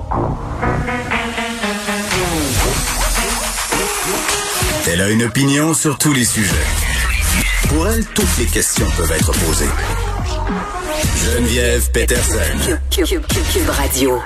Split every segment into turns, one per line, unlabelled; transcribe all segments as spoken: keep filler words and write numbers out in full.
Elle a une opinion sur tous les sujets. Pour elle, toutes les questions peuvent être posées. Geneviève Peterson.
Cube, Cube, Cube, Cube Radio.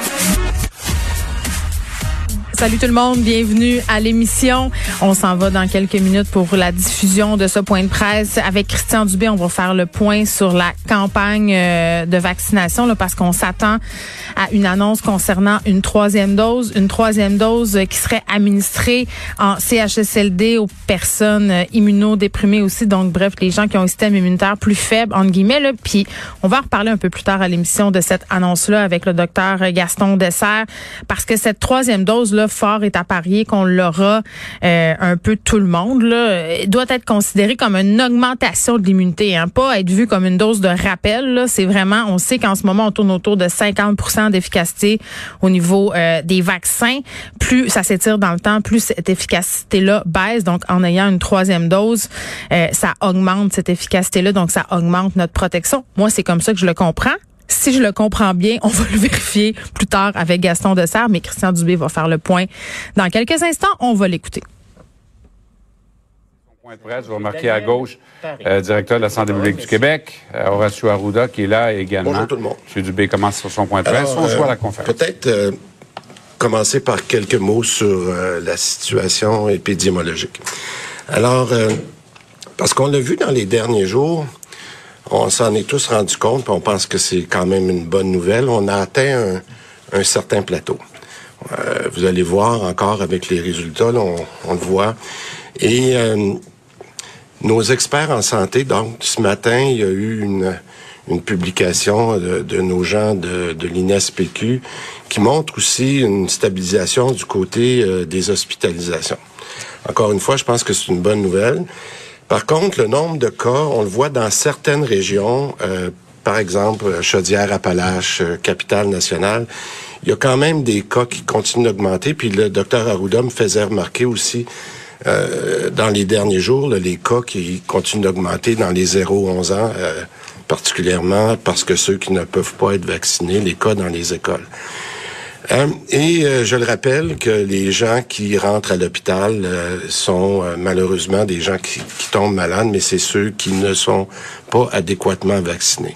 Salut tout le monde, bienvenue à l'émission. On s'en va dans quelques minutes pour la diffusion de ce point de presse avec Christian Dubé. On va faire le point sur la campagne de vaccination là, parce qu'on s'attend à une annonce concernant une troisième dose, une troisième dose qui serait administrée en C H S L D aux personnes immunodéprimées aussi. Donc bref, les gens qui ont un système immunitaire plus faible entre guillemets là. Puis on va en reparler un peu plus tard à l'émission de cette annonce-là avec le docteur Gaston Dessert parce que cette troisième dose là, fort est à parier qu'on l'aura euh, un peu tout le monde là, doit être considéré comme une augmentation de l'immunité, hein, pas être vu comme une dose de rappel. Là, c'est vraiment, on sait qu'en ce moment on tourne autour de cinquante pour cent d'efficacité au niveau euh, des vaccins. Plus ça s'étire dans le temps, plus cette efficacité-là baisse. Donc en ayant une troisième dose, euh, ça augmente cette efficacité-là, donc ça augmente notre protection. Moi, c'est comme ça que je le comprends. Si je le comprends bien, on va le vérifier plus tard avec Gaston Dessert, mais Christian Dubé va faire le point dans quelques instants. On va l'écouter.
Point de presse, vous remarquez à gauche, euh, directeur de la Santé publique du Québec, euh, Horacio Arruda, qui est là également.
Bonjour tout le monde.
M. Dubé commence sur son point de presse.
Alors,
On se voit à
euh,
la conférence.
Peut-être euh, commencer par quelques mots sur euh, la situation épidémiologique. Alors, euh, parce qu'on l'a vu dans les derniers jours, on s'en est tous rendu compte, puis on pense que c'est quand même une bonne nouvelle. On a atteint un, un certain plateau. Euh, vous allez voir encore avec les résultats, là, on, on le voit. Et euh, nos experts en santé, donc ce matin, il y a eu une, une publication de, de nos gens de, de l'I N E S P Q qui montre aussi une stabilisation du côté euh, des hospitalisations. Encore une fois, je pense que c'est une bonne nouvelle. Par contre, le nombre de cas, on le voit dans certaines régions, euh, par exemple Chaudière-Appalaches, euh, Capitale-Nationale, il y a quand même des cas qui continuent d'augmenter. Puis le docteur Arruda me faisait remarquer aussi, euh, dans les derniers jours, là, les cas qui continuent d'augmenter dans les zéro à onze ans, euh, particulièrement parce que ceux qui ne peuvent pas être vaccinés, les cas dans les écoles. Euh, et euh, je le rappelle que les gens qui rentrent à l'hôpital euh, sont euh, malheureusement des gens qui, qui tombent malades, mais c'est ceux qui ne sont pas adéquatement vaccinés.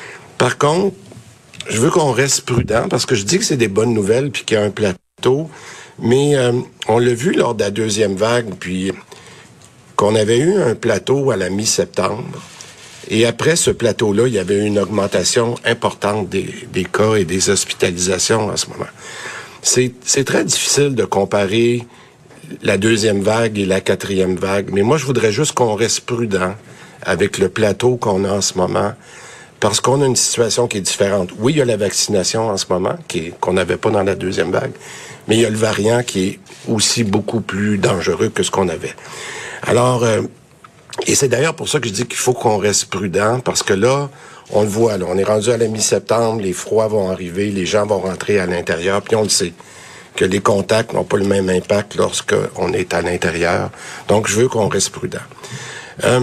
Par contre, je veux qu'on reste prudent parce que je dis que c'est des bonnes nouvelles puis qu'il y a un plateau, mais euh, on l'a vu lors de la deuxième vague, puis qu'on avait eu un plateau à la mi-septembre. Et après ce plateau-là, il y avait une augmentation importante des, des cas et des hospitalisations en ce moment. C'est, c'est très difficile de comparer la deuxième vague et la quatrième vague, mais moi, je voudrais juste qu'on reste prudent avec le plateau qu'on a en ce moment, parce qu'on a une situation qui est différente. Oui, il y a la vaccination en ce moment, qui est, qu'on n'avait pas dans la deuxième vague, mais il y a le variant qui est aussi beaucoup plus dangereux que ce qu'on avait. Alors... Euh, Et c'est d'ailleurs pour ça que je dis qu'il faut qu'on reste prudent, parce que là, on le voit, là, on est rendu à la mi-septembre, les froids vont arriver, les gens vont rentrer à l'intérieur, puis on le sait, que les contacts n'ont pas le même impact lorsqu'on est à l'intérieur. Donc, je veux qu'on reste prudent. Euh,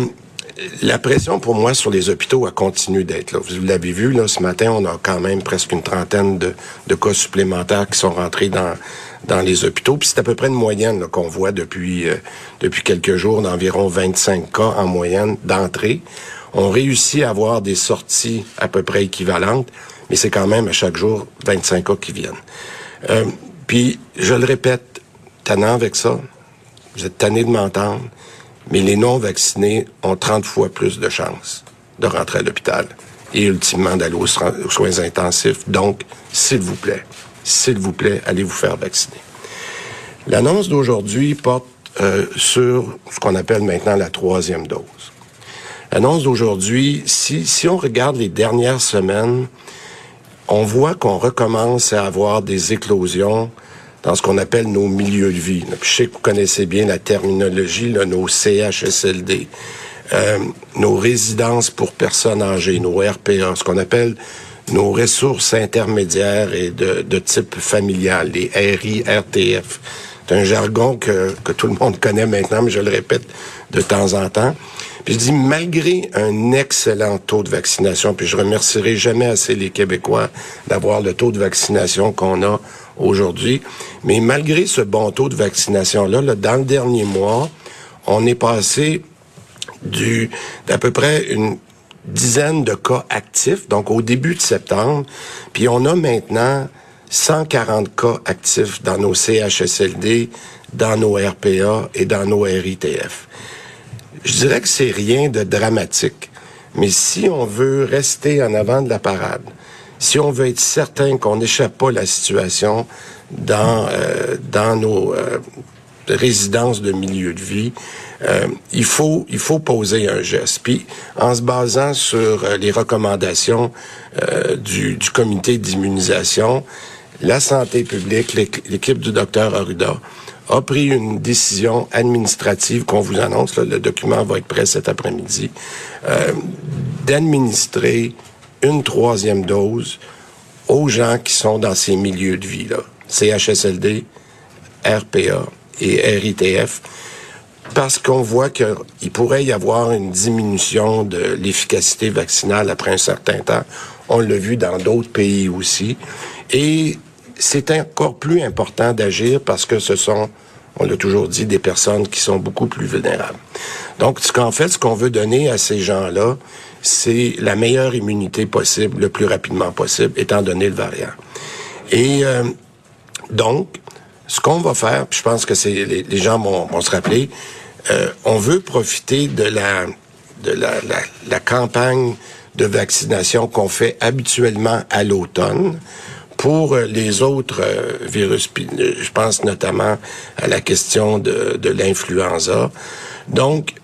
la pression, pour moi, sur les hôpitaux a continué d'être là. Vous l'avez vu, là, ce matin, on a quand même presque une trentaine de, de cas supplémentaires qui sont rentrés dans... dans les hôpitaux, puis c'est à peu près une moyenne là, qu'on voit depuis euh, depuis quelques jours d'environ vingt-cinq cas en moyenne d'entrée. On réussit à avoir des sorties à peu près équivalentes, mais c'est quand même à chaque jour vingt-cinq cas qui viennent. Euh, puis, je le répète, tannant avec ça, vous êtes tanné de m'entendre, mais les non-vaccinés ont trente fois plus de chances de rentrer à l'hôpital et ultimement d'aller aux, aux soins intensifs. Donc, s'il vous plaît, s'il vous plaît, allez vous faire vacciner. L'annonce d'aujourd'hui porte euh, sur ce qu'on appelle maintenant la troisième dose. L'annonce d'aujourd'hui, si, si on regarde les dernières semaines, on voit qu'on recommence à avoir des éclosions dans ce qu'on appelle nos milieux de vie. Puis je sais que vous connaissez bien la terminologie, là, nos C H S L D, euh, nos résidences pour personnes âgées, nos R P A, ce qu'on appelle nos ressources intermédiaires et de, de type familial, les R I, R T F. C'est un jargon que, que tout le monde connaît maintenant, mais je le répète de temps en temps. Puis je dis, malgré un excellent taux de vaccination, puis je remercierai jamais assez les Québécois d'avoir le taux de vaccination qu'on a aujourd'hui, mais malgré ce bon taux de vaccination-là, là, dans le dernier mois, on est passé du d'à peu près une dizaine de cas actifs, donc au début de septembre, puis on a maintenant cent quarante cas actifs dans nos C H S L D, dans nos R P A et dans nos R I T F. Je dirais que c'est rien de dramatique, mais si on veut rester en avant de la parade, si on veut être certain qu'on n'échappe pas à la situation dans euh, dans nos euh, résidences de milieu de vie, euh, il faut il faut poser un geste. Puis en se basant sur euh, les recommandations euh, du, du comité d'immunisation, la santé publique, l'équipe du docteur Arruda a pris une décision administrative qu'on vous annonce, là, le document va être prêt cet après-midi, euh, d'administrer une troisième dose aux gens qui sont dans ces milieux de vie, là, C H S L D, R P A et R I T F, parce qu'on voit qu'il pourrait y avoir une diminution de l'efficacité vaccinale après un certain temps. On l'a vu dans d'autres pays aussi. Et c'est encore plus important d'agir parce que ce sont, on l'a toujours dit, des personnes qui sont beaucoup plus vulnérables. Donc, ce qu'en fait, ce qu'on veut donner à ces gens-là, c'est la meilleure immunité possible, le plus rapidement possible, étant donné le variant. Et euh, donc, ce qu'on va faire, puis je pense que c'est les, les gens vont, vont se rappeler, euh, on veut profiter de la de la, la, la campagne de vaccination qu'on fait habituellement à l'automne pour les autres euh, virus. Puis, je pense notamment à la question de, de l'influenza. Donc,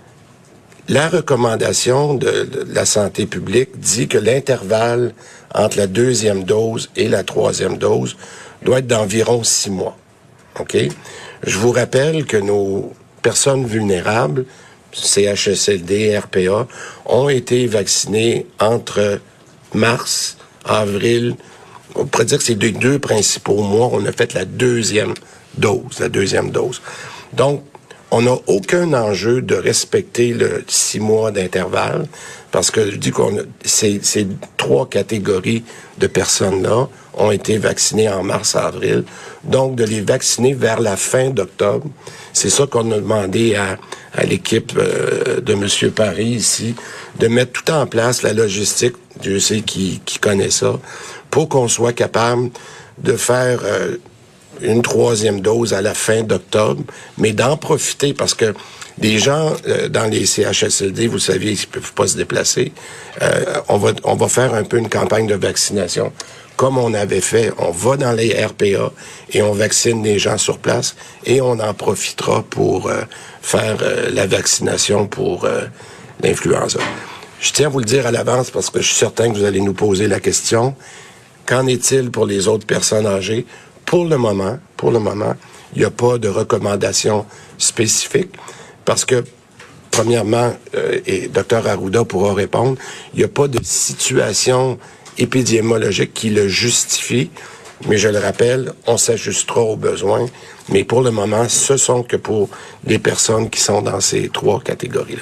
la recommandation de, de la santé publique dit que l'intervalle entre la deuxième dose et la troisième dose doit être d'environ six mois. OK? Je vous rappelle que nos personnes vulnérables, C H S L D, R P A, ont été vaccinées entre mars, avril. On pourrait dire que c'est les deux principaux mois. On a fait la deuxième dose, la deuxième dose. Donc, on n'a aucun enjeu de respecter le six mois d'intervalle parce que je dis qu'on a, ces, ces trois catégories de personnes-là ont été vaccinées en mars-avril. Donc, de les vacciner vers la fin d'octobre, c'est ça qu'on a demandé à, à l'équipe euh, de M. Paris ici, de mettre tout en place, la logistique, Dieu sait qui, qui connaît ça, pour qu'on soit capable de faire euh, une troisième dose à la fin d'octobre, mais d'en profiter parce que les gens euh, dans les C H S L D, vous savez, ils ne peuvent pas se déplacer. Euh, on va on va faire un peu une campagne de vaccination comme on avait fait. On va dans les R P A et on vaccine les gens sur place et on en profitera pour euh, faire euh, la vaccination pour euh, l'influenza. Je tiens à vous le dire à l'avance parce que je suis certain que vous allez nous poser la question. Qu'en est-il pour les autres personnes âgées? Pour le moment, pour le moment, il n'y a pas de recommandation spécifique parce que, premièrement, euh, et Dr Arruda pourra répondre, il n'y a pas de situation épidémiologique qui le justifie, mais je le rappelle, on s'ajustera aux besoins, mais pour le moment, ce sont que pour les personnes qui sont dans ces trois catégories-là.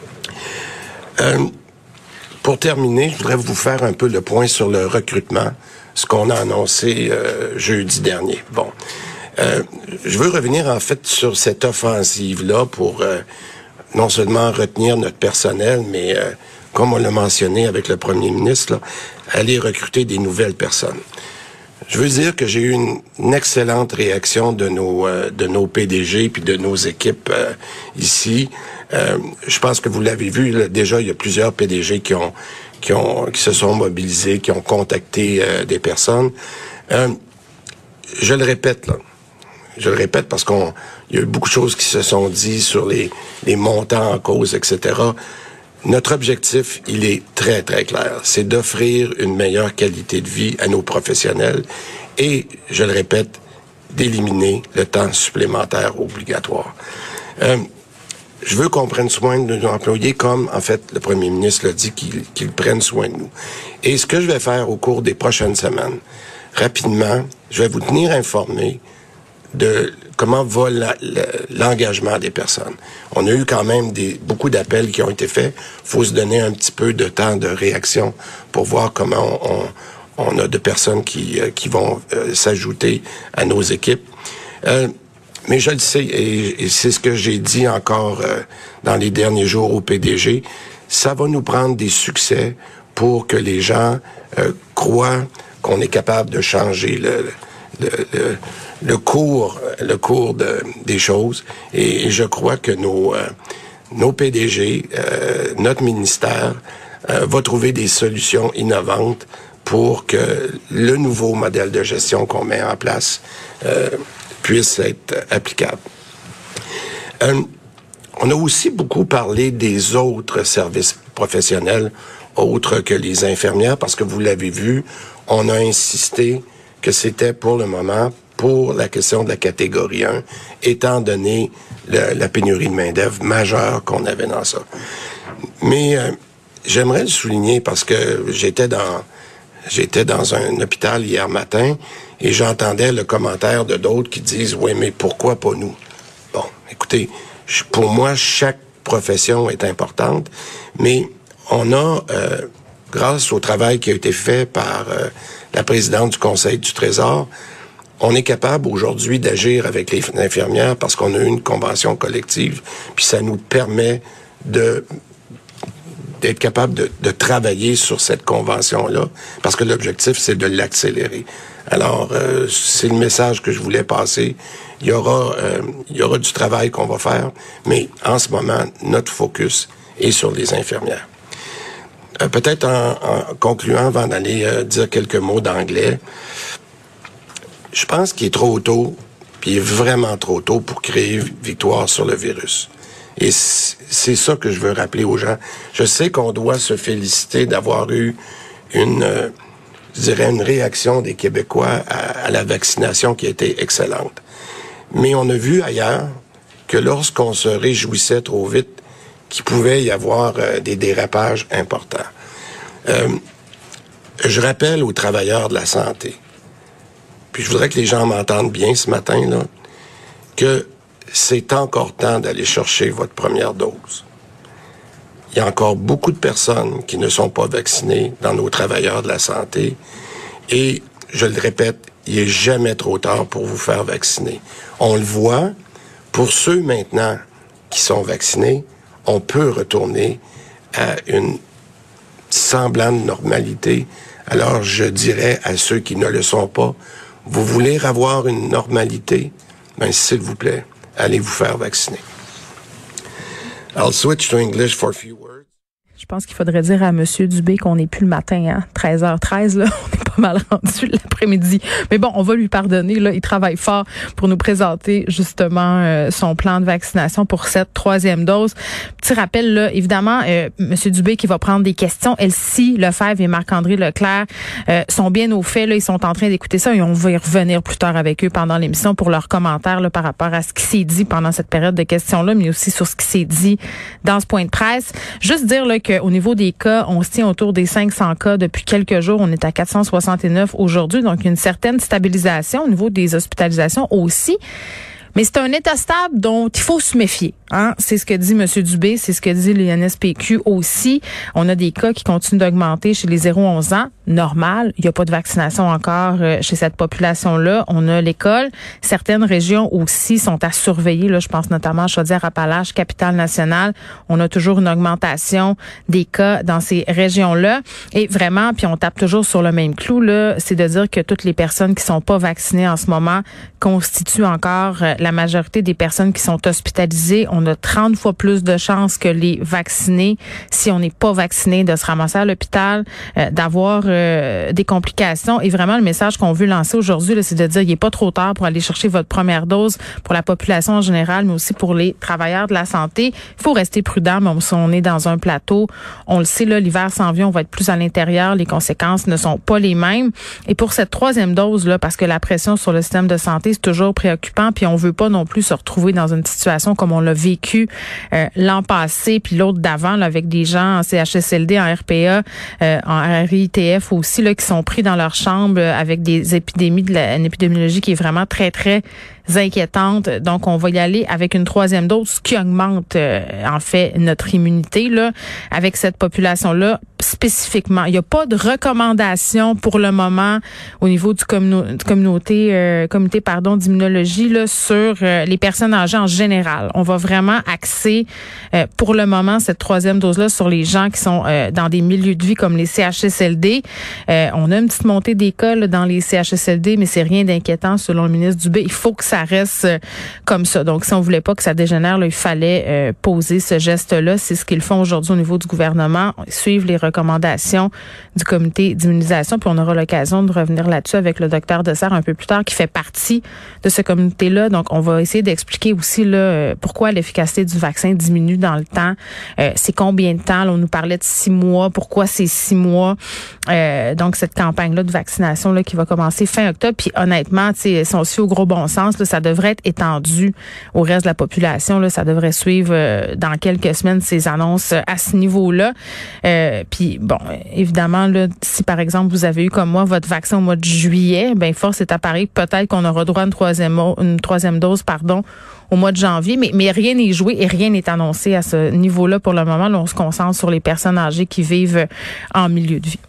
Euh, pour terminer, je voudrais vous faire un peu le point sur le recrutement, ce qu'on a annoncé euh, jeudi dernier. Bon, euh, je veux revenir en fait sur cette offensive-là pour euh, non seulement retenir notre personnel, mais euh, comme on l'a mentionné avec le premier ministre, là, aller recruter des nouvelles personnes. Je veux dire que j'ai eu une, une excellente réaction de nos euh, de nos P D G puis de nos équipes euh, ici. Euh, je pense que vous l'avez vu là, déjà, il y a plusieurs P D G qui ont qui ont qui se sont mobilisés, qui ont contacté euh, des personnes. Euh, je le répète là, je le répète parce qu'on il y a eu beaucoup de choses qui se sont dites sur les les montants en cause, et cetera. Notre objectif, il est très, très clair. C'est d'offrir une meilleure qualité de vie à nos professionnels et, je le répète, d'éliminer le temps supplémentaire obligatoire. Euh, je veux qu'on prenne soin de nos employés comme, en fait, le premier ministre l'a dit, qu'ils qu'ils prennent soin de nous. Et ce que je vais faire au cours des prochaines semaines, rapidement, je vais vous tenir informés de comment va la, la, l'engagement des personnes. On a eu quand même des beaucoup d'appels qui ont été faits. Faut se donner un petit peu de temps de réaction pour voir comment on, on, on a de personnes qui, euh, qui vont euh, s'ajouter à nos équipes. Euh, mais je le sais, et, et c'est ce que j'ai dit encore euh, dans les derniers jours au P D G, ça va nous prendre des succès pour que les gens euh, croient qu'on est capable de changer le, le, le, le cours, le cours de, des choses. Et, et je crois que nos, euh, nos P D G, euh, notre ministère, euh, va trouver des solutions innovantes pour que le nouveau modèle de gestion qu'on met en place euh, puisse être applicable. Euh, on a aussi beaucoup parlé des autres services professionnels autres que les infirmières, parce que vous l'avez vu, on a insisté que c'était pour le moment pour la question de la catégorie un, étant donné le, la pénurie de main-d'œuvre majeure qu'on avait dans ça. Mais euh, j'aimerais le souligner parce que j'étais dans j'étais dans un hôpital hier matin et j'entendais le commentaire de d'autres qui disent « Oui, mais pourquoi pas nous? » Bon, écoutez, je, pour moi, chaque profession est importante, mais on a, euh, grâce au travail qui a été fait par euh, la présidente du Conseil du Trésor, on est capable aujourd'hui d'agir avec les infirmières parce qu'on a eu une convention collective, puis ça nous permet de d'être capable de, de travailler sur cette convention-là, parce que l'objectif, c'est de l'accélérer. Alors, euh, c'est le message que je voulais passer. Il y aura, euh, il y aura du travail qu'on va faire, mais en ce moment, notre focus est sur les infirmières. Euh, peut-être en, en concluant, avant d'aller euh, dire quelques mots d'anglais, je pense qu'il est trop tôt, puis il est vraiment trop tôt pour créer victoire sur le virus. Et c'est ça que je veux rappeler aux gens. Je sais qu'on doit se féliciter d'avoir eu une, euh, je dirais, une réaction des Québécois à, à la vaccination qui a été excellente. Mais on a vu ailleurs que lorsqu'on se réjouissait trop vite, qu'il pouvait y avoir euh, des dérapages importants. Euh, je rappelle aux travailleurs de la santé, puis je voudrais que les gens m'entendent bien ce matin, là, que c'est encore temps d'aller chercher votre première dose. Il y a encore beaucoup de personnes qui ne sont pas vaccinées dans nos travailleurs de la santé. Et, je le répète, il n'est jamais trop tard pour vous faire vacciner. On le voit, pour ceux maintenant qui sont vaccinés, on peut retourner à une semblante normalité. Alors, je dirais à ceux qui ne le sont pas, vous voulez avoir une normalité? Ben, s'il vous plaît, allez vous faire vacciner. I'll switch to English for a few words.
Je pense qu'il faudrait dire à M. Dubé qu'on n'est plus le matin, hein, treize heures treize, là, on est pas mal rendu l'après-midi. Mais bon, on va lui pardonner, là, il travaille fort pour nous présenter justement euh, son plan de vaccination pour cette troisième dose. Petit rappel, là, évidemment, euh, M. Dubé qui va prendre des questions, Elsie Lefebvre et Marc-André Leclerc euh, sont bien au fait, là, ils sont en train d'écouter ça et on va y revenir plus tard avec eux pendant l'émission pour leurs commentaires là, par rapport à ce qui s'est dit pendant cette période de questions-là, mais aussi sur ce qui s'est dit dans ce point de presse. Juste dire là, qu'au niveau des cas, on se tient autour des cinq cents cas depuis quelques jours. On est à quatre cent soixante-neuf aujourd'hui, donc une certaine stabilisation au niveau des hospitalisations aussi. Mais c'est un état stable dont il faut se méfier. Hein? C'est ce que dit M. Dubé, c'est ce que dit l'I N S P Q aussi. On a des cas qui continuent d'augmenter chez les zéro à onze ans. Normal, il n'y a pas de vaccination encore chez cette population-là. On a l'école. Certaines régions aussi sont à surveiller. Là, je pense notamment à Chaudière-Appalaches, Capitale-Nationale. On a toujours une augmentation des cas dans ces régions-là. Et vraiment, puis on tape toujours sur le même clou, là, c'est de dire que toutes les personnes qui sont pas vaccinées en ce moment constituent encore la majorité des personnes qui sont hospitalisées. On a trente fois plus de chances que les vaccinés, si on n'est pas vacciné, de se ramasser à l'hôpital, euh, d'avoir euh, des complications. Et vraiment, le message qu'on veut lancer aujourd'hui, là, c'est de dire qu'il n'est pas trop tard pour aller chercher votre première dose pour la population en général, mais aussi pour les travailleurs de la santé. Il faut rester prudent, même si on est dans un plateau. On le sait, là, l'hiver s'en vient, on va être plus à l'intérieur. Les conséquences ne sont pas les mêmes. Et pour cette troisième dose, là, parce que la pression sur le système de santé, c'est toujours préoccupant, puis on veut pas non plus se retrouver dans une situation comme on l'a vécu euh, l'an passé, puis l'autre d'avant, là, avec des gens en C H S L D, en R P A, euh, en R I T F aussi, là, qui sont pris dans leur chambre avec des épidémies, de la, une épidémiologie qui est vraiment très, très inquiétantes. Donc, on va y aller avec une troisième dose, ce qui augmente euh, en fait notre immunité là, avec cette population-là spécifiquement. Il n'y a pas de recommandation pour le moment au niveau du, commun- du communauté, euh, comité pardon, d'immunologie là, sur euh, les personnes âgées en général. On va vraiment axer euh, pour le moment cette troisième dose-là sur les gens qui sont euh, dans des milieux de vie comme les C H S L D. Euh, on a une petite montée des cas là, dans les C H S L D, mais c'est rien d'inquiétant selon le ministre Dubé. Il faut que ça reste euh, comme ça. Donc, si on voulait pas que ça dégénère, là, il fallait euh, poser ce geste-là. C'est ce qu'ils font aujourd'hui au niveau du gouvernement. Suivre les recommandations du comité d'immunisation. Puis on aura l'occasion de revenir là-dessus avec le docteur Dessert un peu plus tard, qui fait partie de ce comité-là. Donc, on va essayer d'expliquer aussi là pourquoi l'efficacité du vaccin diminue dans le temps. Euh, c'est combien de temps? Là, on nous parlait de six mois. Pourquoi c'est six mois? Euh, donc, cette campagne-là de vaccination là, qui va commencer fin octobre. Puis honnêtement, si on se fie au gros bon sens, là, ça devrait être étendu au reste de la population. Là, ça devrait suivre euh, dans quelques semaines ces annonces euh, à ce niveau-là. Euh, puis bon, évidemment, là, si par exemple vous avez eu comme moi votre vaccin au mois de juillet, ben force est à parier peut-être qu'on aura droit à une troisième, une troisième dose, pardon, au mois de janvier, mais, mais rien n'est joué et rien n'est annoncé à ce niveau-là pour le moment. Là, on se concentre sur les personnes âgées qui vivent en milieu de vie.